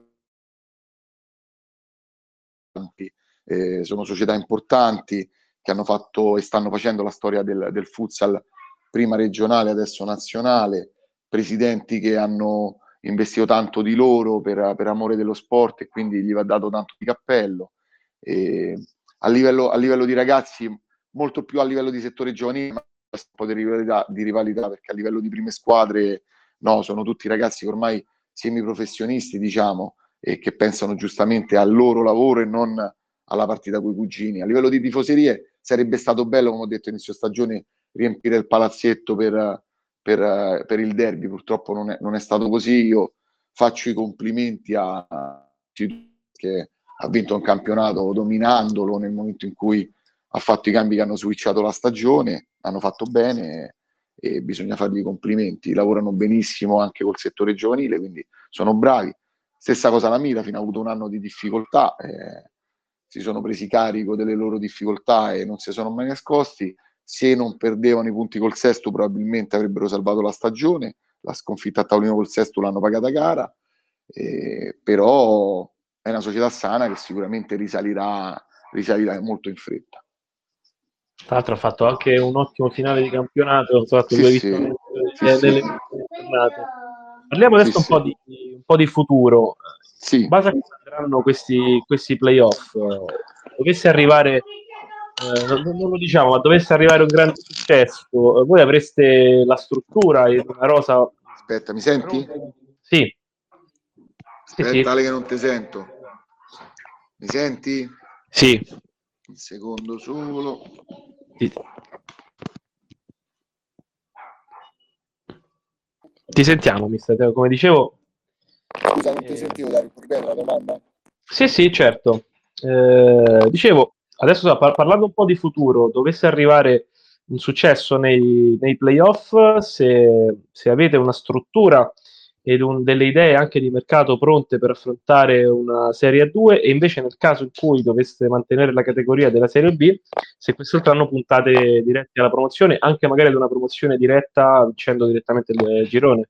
sono società importanti che hanno fatto e stanno facendo la storia del futsal, prima regionale, adesso nazionale, presidenti che hanno investito tanto di loro per amore dello sport e quindi gli va dato tanto di cappello. A livello di ragazzi, molto più a livello di settore giovanile, ma un po' di rivalità, perché a livello di prime squadre no, sono tutti ragazzi che ormai semiprofessionisti, diciamo, e che pensano giustamente al loro lavoro e non alla partita coi cugini. A livello di tifoserie sarebbe stato bello, come ho detto inizio stagione, riempire il palazzetto per il derby. Purtroppo non è stato così. Io faccio i complimenti a che ha vinto un campionato dominandolo nel momento in cui ha fatto i cambi che hanno switchato la stagione, hanno fatto bene e bisogna fargli i complimenti. Lavorano benissimo anche col settore giovanile, quindi sono bravi. Stessa cosa la Mirafin, ha avuto un anno di difficoltà, si sono presi carico delle loro difficoltà e non si sono mai nascosti. Se non perdevano i punti col Sesto probabilmente avrebbero salvato la stagione, la sconfitta a tavolino col Sesto l'hanno pagata cara, però è una società sana che sicuramente risalirà molto in fretta. Tra l'altro ha fatto anche un ottimo finale di campionato, ha fatto Sì, due sì, vittorie sì, nelle sì. giornate. Parliamo Sì, adesso sì. un po' di futuro. In Sì. base a come andranno questi playoff, dovesse arrivare, non lo diciamo, ma dovesse arrivare un grande successo, voi avreste la struttura e una rosa. Aspetta, mi senti? Sì, sì, Aspetta, sì. Ale, che non ti sento. Mi senti? Sì. Un secondo solo. Ti sentiamo, mister Teo, come dicevo. Scusa, non ti sentivo, Dario, ripeto la domanda. Sì, sì, certo. Dicevo, adesso parlando un po' di futuro, dovesse arrivare un successo nei playoff, se avete una struttura ed delle idee anche di mercato pronte per affrontare una Serie A2 e invece nel caso in cui doveste mantenere la categoria della Serie B, se quest'altro anno puntate diretti alla promozione, anche magari ad una promozione diretta vincendo direttamente il girone.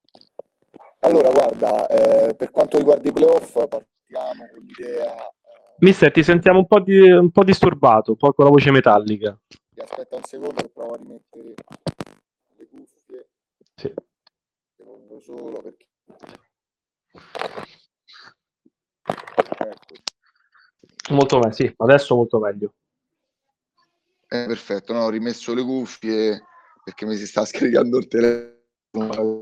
Allora, guarda, per quanto riguarda i playoff, partiamo con l'idea Mister, ti sentiamo un po' disturbato, un po' con la voce metallica. Aspetta un secondo che provo a rimettere le cuffie. Sì. Secondo solo perché... Molto meglio, sì, adesso molto meglio. Perfetto, no, ho rimesso le cuffie perché mi si sta scaricando il telefono.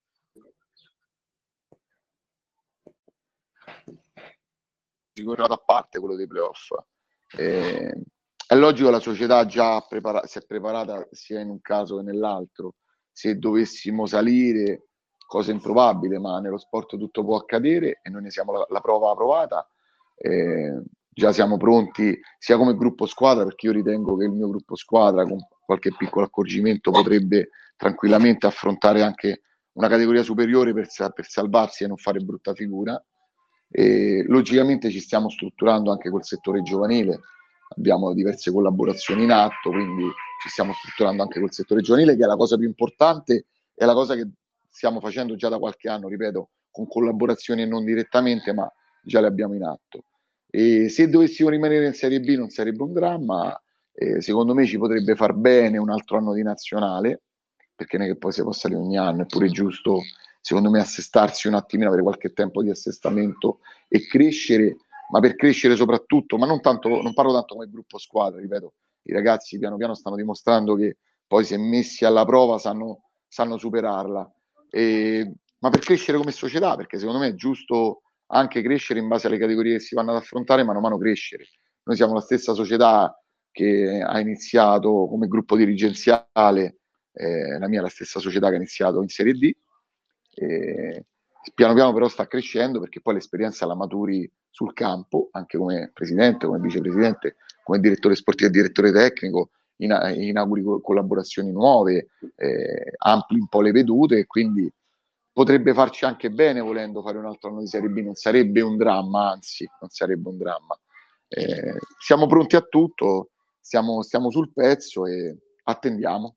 Sicuramente a parte quello dei playoff. È logico, la società già si è preparata sia in un caso che nell'altro. Se dovessimo salire, cosa improbabile, ma nello sport tutto può accadere e noi ne siamo la prova provata. Già siamo pronti sia come gruppo squadra, perché io ritengo che il mio gruppo squadra, con qualche piccolo accorgimento, potrebbe tranquillamente affrontare anche una categoria superiore per salvarsi e non fare brutta figura. E logicamente ci stiamo strutturando anche col settore giovanile, abbiamo diverse collaborazioni in atto, quindi ci stiamo strutturando anche col settore giovanile, che è la cosa più importante, è la cosa che stiamo facendo già da qualche anno, ripeto, con collaborazioni e non direttamente, ma già le abbiamo in atto. E se dovessimo rimanere in Serie B non sarebbe un dramma, secondo me ci potrebbe far bene un altro anno di nazionale, perché non è che poi si possa salire ogni anno, è pure giusto secondo me assestarsi un attimino, avere qualche tempo di assestamento e crescere, ma per crescere soprattutto, ma non parlo tanto come gruppo squadra, ripeto, i ragazzi piano piano stanno dimostrando che poi se messi alla prova sanno superarla, ma per crescere come società, perché secondo me è giusto anche crescere in base alle categorie che si vanno ad affrontare, mano a mano crescere. Noi siamo la stessa società che ha iniziato come gruppo dirigenziale, la mia è la stessa società che ha iniziato in Serie D, piano piano però sta crescendo perché poi l'esperienza la maturi sul campo, anche come presidente, come vicepresidente, come direttore sportivo e direttore tecnico, inauguri collaborazioni nuove, ampli un po' le vedute e quindi potrebbe farci anche bene volendo fare un altro anno di Serie B, non sarebbe un dramma, anzi non sarebbe un dramma. Siamo pronti a tutto, stiamo sul pezzo e attendiamo.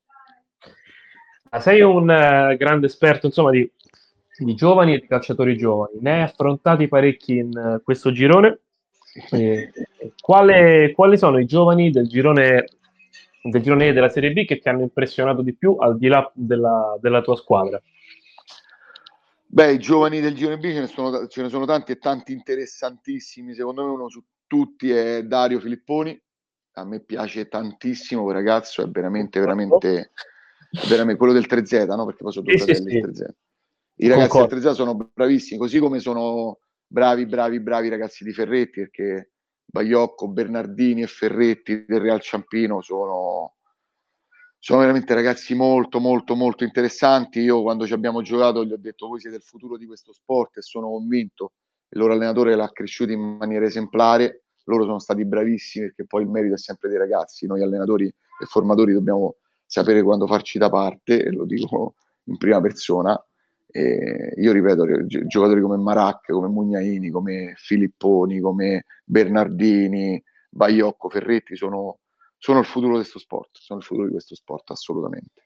Sei un grande esperto, insomma, di giovani e di calciatori giovani. Ne hai affrontati parecchi in questo girone. Quali sono i giovani del girone E della Serie B che ti hanno impressionato di più al di là della tua squadra? Beh, i giovani del girone B ce ne sono tanti e tanti interessantissimi. Secondo me uno su tutti è Dario Filipponi. A me piace tantissimo quel ragazzo, è veramente quello del 3Z, no? Perché poi sono due Sì, sì, fratelli il sì, 3Z. I ragazzi del concordo. 3Z sono bravissimi, così come sono bravi i ragazzi di Ferretti, perché Baiocco, Bernardini e Ferretti del Real Ciampino sono veramente ragazzi molto molto molto interessanti. Io quando ci abbiamo giocato gli ho detto voi siete il futuro di questo sport e sono convinto. Il loro allenatore l'ha cresciuto in maniera esemplare, loro sono stati bravissimi perché poi il merito è sempre dei ragazzi, noi allenatori e formatori dobbiamo sapere quando farci da parte, e lo dico in prima persona. E io ripeto, giocatori come Maracche, come Mugnaini, come Filipponi, come Bernardini, Baiocco, Ferretti sono il futuro di questo sport, sono il futuro di questo sport, assolutamente.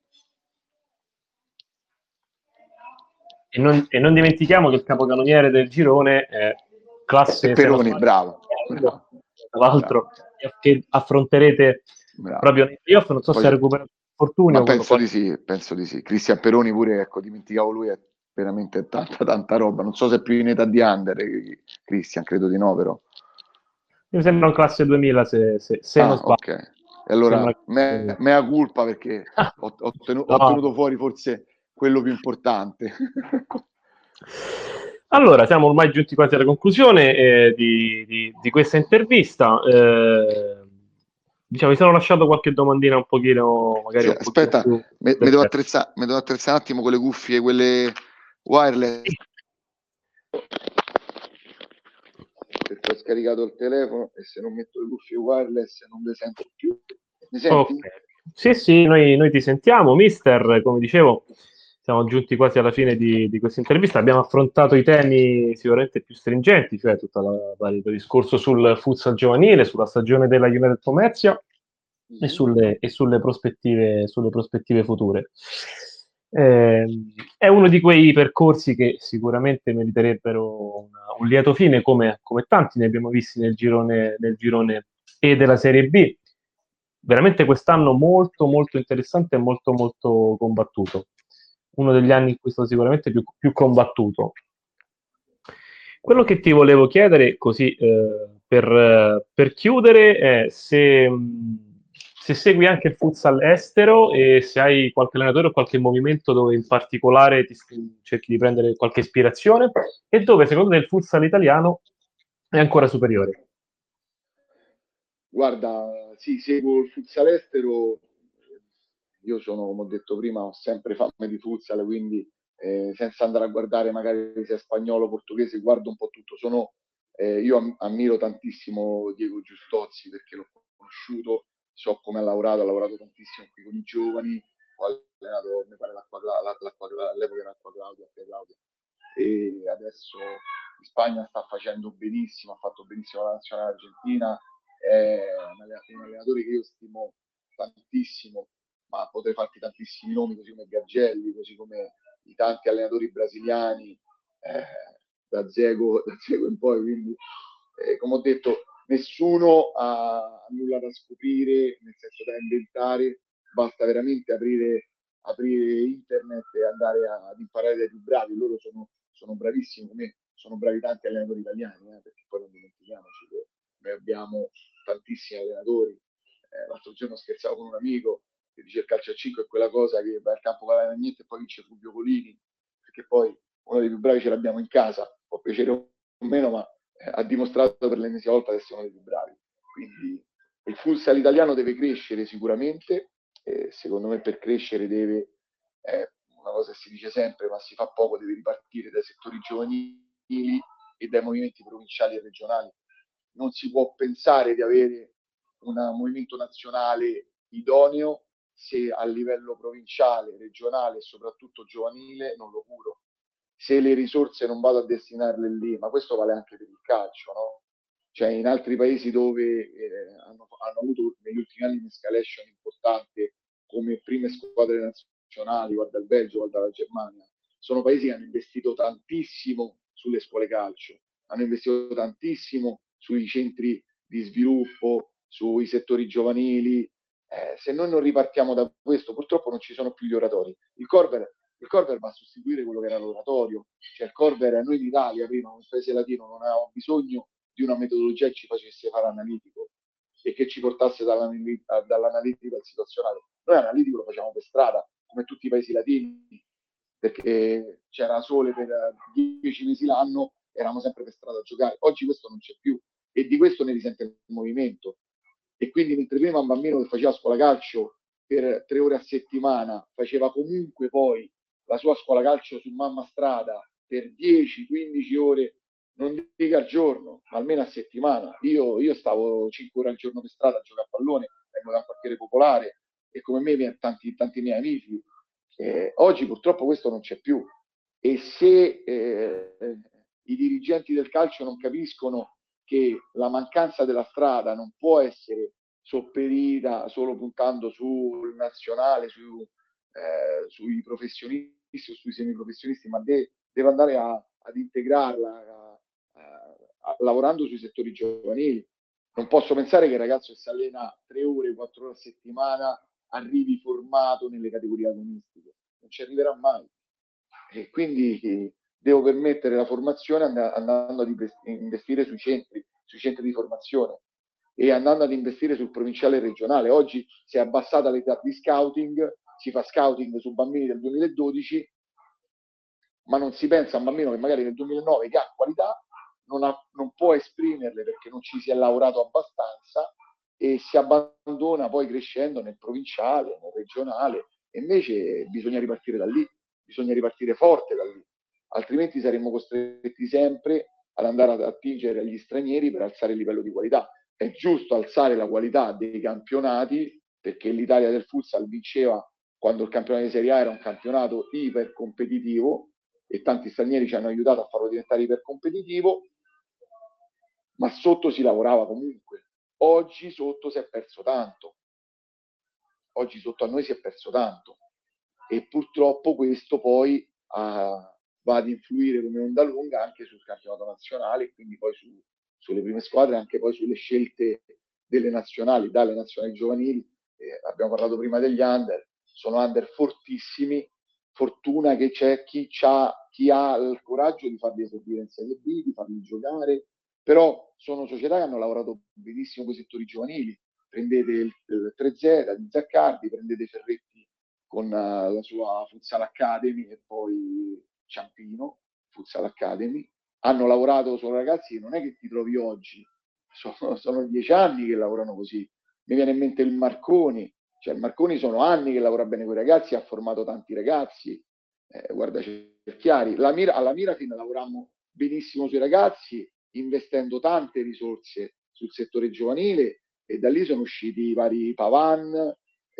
E non dimentichiamo che il capocannoniere del girone è E classe, se non Peroni, sbaglio, bravo, tra l'altro, che affronterete bravo. proprio nei playoff. Non so se ha Poi, recuperato il ma infortunio. penso di sì, penso di sì. Cristian Peroni pure, ecco, dimenticavo lui, è veramente tanta roba. Non so se è più in età di under, Cristian, credo di no, però. Mi sembra un classe 2000, se non Ah, sbaglio. ok. E allora, Sembra mea culpa perché ho no. tenuto fuori forse quello più importante. Allora, siamo ormai giunti quasi alla conclusione di questa intervista. Diciamo, mi sono lasciato qualche domandina un pochino, magari Sì, un pochino aspetta, più mi devo dettagli. attrezzare un attimo con le cuffie, quelle wireless, perché ho scaricato il telefono e se non metto le cuffie wireless non le sento più. Mi Ok. senti? Sì, sì, noi ti sentiamo, mister. Come dicevo, siamo giunti quasi alla fine di questa intervista. Abbiamo affrontato i temi sicuramente più stringenti, cioè tutto il discorso sul futsal giovanile, sulla stagione della United Pomezia e Mm-hmm. sulle prospettive future. Eh, è uno di quei percorsi che sicuramente meriterebbero un lieto fine, come tanti ne abbiamo visti nel girone E della Serie B. Veramente quest'anno molto molto interessante e molto molto combattuto. Uno degli anni in cui è stato sicuramente più combattuto. Quello che ti volevo chiedere, così per chiudere, è se segui anche il futsal estero e se hai qualche allenatore o qualche movimento dove in particolare cerchi di prendere qualche ispirazione e dove secondo te il futsal italiano è ancora superiore. Guarda, sì, seguo il futsal estero. Io sono, come ho detto prima, ho sempre fame di futsal, quindi senza andare a guardare magari se è spagnolo o portoghese, guardo un po' tutto. Io ammiro tantissimo Diego Giustozzi perché l'ho conosciuto, so come ha lavorato tantissimo qui con i giovani, ho allenato, mi pare, all'epoca era Acqua Claudia, Acqua Claudia, e adesso in Spagna sta facendo benissimo, ha fatto benissimo la nazionale argentina, è un allenatore che io stimo tantissimo, ma potrei farti tantissimi nomi, così come Gargelli, così come i tanti allenatori brasiliani, da Zego in poi, quindi come ho detto, nessuno ha nulla da scoprire, nel senso da inventare, basta veramente aprire internet e andare ad imparare dai più bravi. Loro sono bravissimi, come sono bravi tanti allenatori italiani, perché poi non dimentichiamoci che noi abbiamo tantissimi allenatori. L'altro giorno scherzavo con un amico che dice il calcio a 5 è quella cosa che va al campo guadagna niente e poi vince Fulvio Colini, perché poi uno dei più bravi ce l'abbiamo in casa, può piacere o meno, ma ha dimostrato per l'ennesima volta di essere uno dei più bravi. Quindi il futsal italiano deve crescere sicuramente, secondo me per crescere deve, una cosa che si dice sempre, ma si fa poco, deve ripartire dai settori giovanili e dai movimenti provinciali e regionali. Non si può pensare di avere un movimento nazionale idoneo se a livello provinciale, regionale e soprattutto giovanile non lo curo. Se le risorse non vado a destinarle lì, ma questo vale anche per il calcio, no? Cioè in altri paesi dove hanno avuto negli ultimi anni un'escalation importante come prime squadre nazionali, guarda il Belgio, guarda la Germania, sono paesi che hanno investito tantissimo sulle scuole calcio, hanno investito tantissimo sui centri di sviluppo, sui settori giovanili. Se noi non ripartiamo da questo, purtroppo non ci sono più gli oratori. Il Corver va a sostituire quello che era l'oratorio. Cioè il Corver, noi in Italia, prima, un paese latino, non avevamo bisogno di una metodologia che ci facesse fare analitico e che ci portasse dall'analitico al situazionale. Noi analitico lo facciamo per strada, come tutti i paesi latini, perché c'era sole per 10 mesi l'anno, eravamo sempre per strada a giocare. Oggi questo non c'è più e di questo ne risente il movimento. E quindi mentre prima un bambino che faceva scuola calcio per 3 ore a settimana faceva comunque poi la sua scuola calcio su mamma strada per 10-15 ore, non dico al giorno, ma almeno a settimana. Io stavo 5 ore al giorno per strada a giocare a pallone, vengo da un quartiere popolare e come me tanti miei amici. Oggi purtroppo questo non c'è più e se i dirigenti del calcio non capiscono che la mancanza della strada non può essere sopperita solo puntando sul nazionale, sui professionisti o sui semiprofessionisti, ma deve andare ad integrarla lavorando sui settori giovanili. Non posso pensare che il ragazzo che si allena 3 ore, 4 ore a settimana arrivi formato nelle categorie agonistiche. Non ci arriverà mai. E quindi devo permettere la formazione andando ad investire sui centri di formazione e andando ad investire sul provinciale e regionale. Oggi si è abbassata l'età di scouting, si fa scouting su bambini del 2012, ma non si pensa a un bambino che magari nel 2009 che ha qualità, non può esprimerle perché non ci si è lavorato abbastanza e si abbandona poi crescendo nel provinciale, nel regionale. E invece bisogna ripartire da lì, bisogna ripartire forte da lì, altrimenti saremmo costretti sempre ad andare ad attingere agli stranieri per alzare il livello di qualità. È giusto alzare la qualità dei campionati perché l'Italia del futsal vinceva quando il campionato di Serie A era un campionato iper competitivo e tanti stranieri ci hanno aiutato a farlo diventare ipercompetitivo, ma sotto si lavorava comunque. Oggi sotto si è perso tanto. Oggi sotto a noi si è perso tanto. e purtroppo questo poi va ad influire come onda lunga anche sul campionato nazionale, quindi poi sulle prime squadre, anche poi sulle scelte delle nazionali, dalle nazionali giovanili. Abbiamo parlato prima degli under, sono under fortissimi, fortuna che c'è chi ha il coraggio di farli esordire in Serie B, di farli giocare, però sono società che hanno lavorato benissimo con i settori giovanili. Prendete il 3Z di Zaccardi, prendete Ferretti con la sua Futsal Academy e poi Ciampino, Futsal Academy. Hanno lavorato solo ragazzi che non è che ti trovi oggi, sono 10 anni che lavorano così. Mi viene in mente il Marconi, cioè il Marconi sono anni che lavora bene con i ragazzi, ha formato tanti ragazzi, guarda Cerchiari, alla Mirafin lavorammo benissimo sui ragazzi, investendo tante risorse sul settore giovanile, e da lì sono usciti i vari Pavan,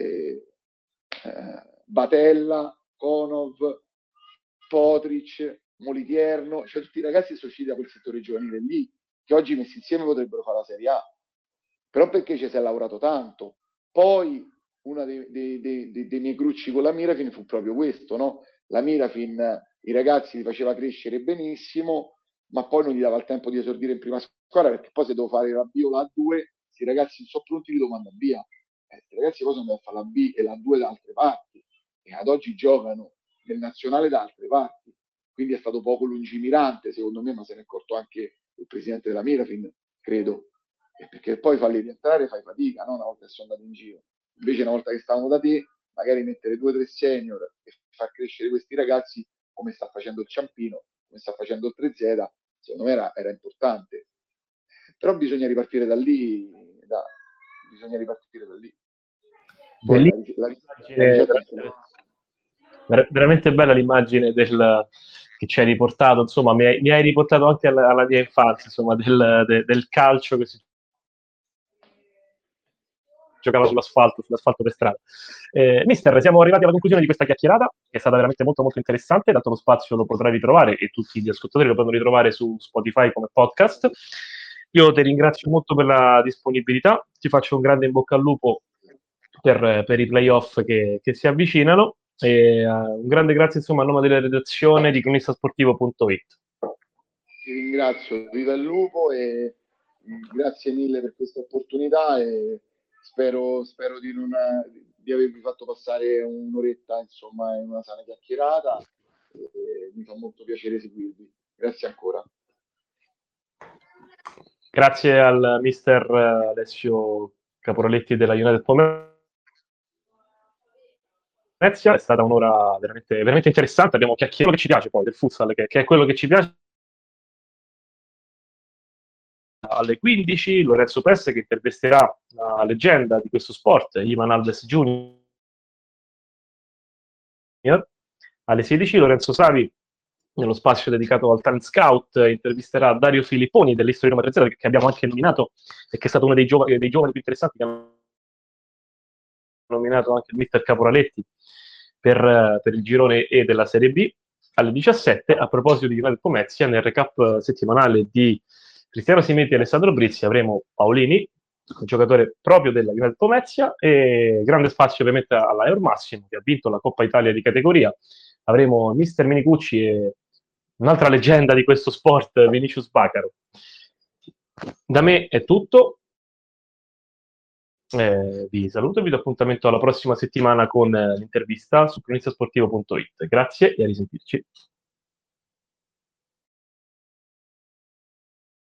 Batella, Konov, Potric, Molitierno, cioè tutti i ragazzi sono usciti da quel settore giovanile lì, che oggi messi insieme potrebbero fare la Serie A, però perché ci si è lavorato tanto. Poi uno dei miei crucci con la Mirafin fu proprio questo, no? La Mirafin i ragazzi li faceva crescere benissimo, ma poi non gli dava il tempo di esordire in prima squadra, perché poi se devo fare la B o la A2, se i ragazzi non sono pronti li devo mandare via. I ragazzi poi sono andati a fare la B e la A2 da altre parti, e ad oggi giocano nel nazionale da altre parti. Quindi è stato poco lungimirante, secondo me, ma se ne è accorto anche il presidente della Mirafin, credo, perché poi farli rientrare fai fatica, no? Una volta che sono andati in giro. Invece una volta che stavano da te, magari mettere 2 o 3 senior e far crescere questi ragazzi, come sta facendo il Ciampino, come sta facendo il 3Z, secondo me era importante. Però bisogna ripartire da lì, bisogna ripartire da lì. Poi la ricetta veramente bella l'immagine che ci hai riportato, insomma, mi hai riportato anche alla mia infanzia, insomma, del calcio che si giocava sull'asfalto per strada. Mister, siamo arrivati alla conclusione di questa chiacchierata, che è stata veramente molto molto interessante, dato lo spazio lo potrai ritrovare e tutti gli ascoltatori lo potranno ritrovare su Spotify come podcast. Io ti ringrazio molto per la disponibilità, ti faccio un grande in bocca al lupo per i playoff che si avvicinano, e un grande grazie insomma a nome della redazione di cronistasportivo.it. Ti ringrazio, viva il lupo, e grazie mille per questa opportunità, e spero di avervi fatto passare un'oretta, insomma, in una sana chiacchierata, e mi fa molto piacere seguirvi. Grazie ancora. Grazie al mister Alessio Caporaletti della United Pomezia. È stata un'ora veramente, veramente interessante. Abbiamo chiacchierato quello che ci piace poi del futsal, che è quello che ci piace. Alle 15 Lorenzo Pesse che intervisterà la leggenda di questo sport, Ivan Alves Junior. Alle 16 Lorenzo Savi, nello spazio dedicato al talent scout, intervisterà Dario Filipponi dell'History Roma 3 che abbiamo anche nominato e che è stato uno dei giovani più interessanti, che hanno nominato anche il mister Caporaletti per il girone E della Serie B. Alle 17, a proposito di United Pomezia, nel recap settimanale di Cristiano Simeti e Alessandro Brizzi avremo Paolini, un giocatore proprio della United Pomezia, e grande spazio ovviamente all'Aer Massimo, che ha vinto la Coppa Italia di categoria. Avremo mister Minicucci e un'altra leggenda di questo sport, Vinicius Bacaro. Da me è tutto. Vi saluto e vi do appuntamento alla prossima settimana con l'intervista su cronistasportivo.it. Grazie e a risentirci.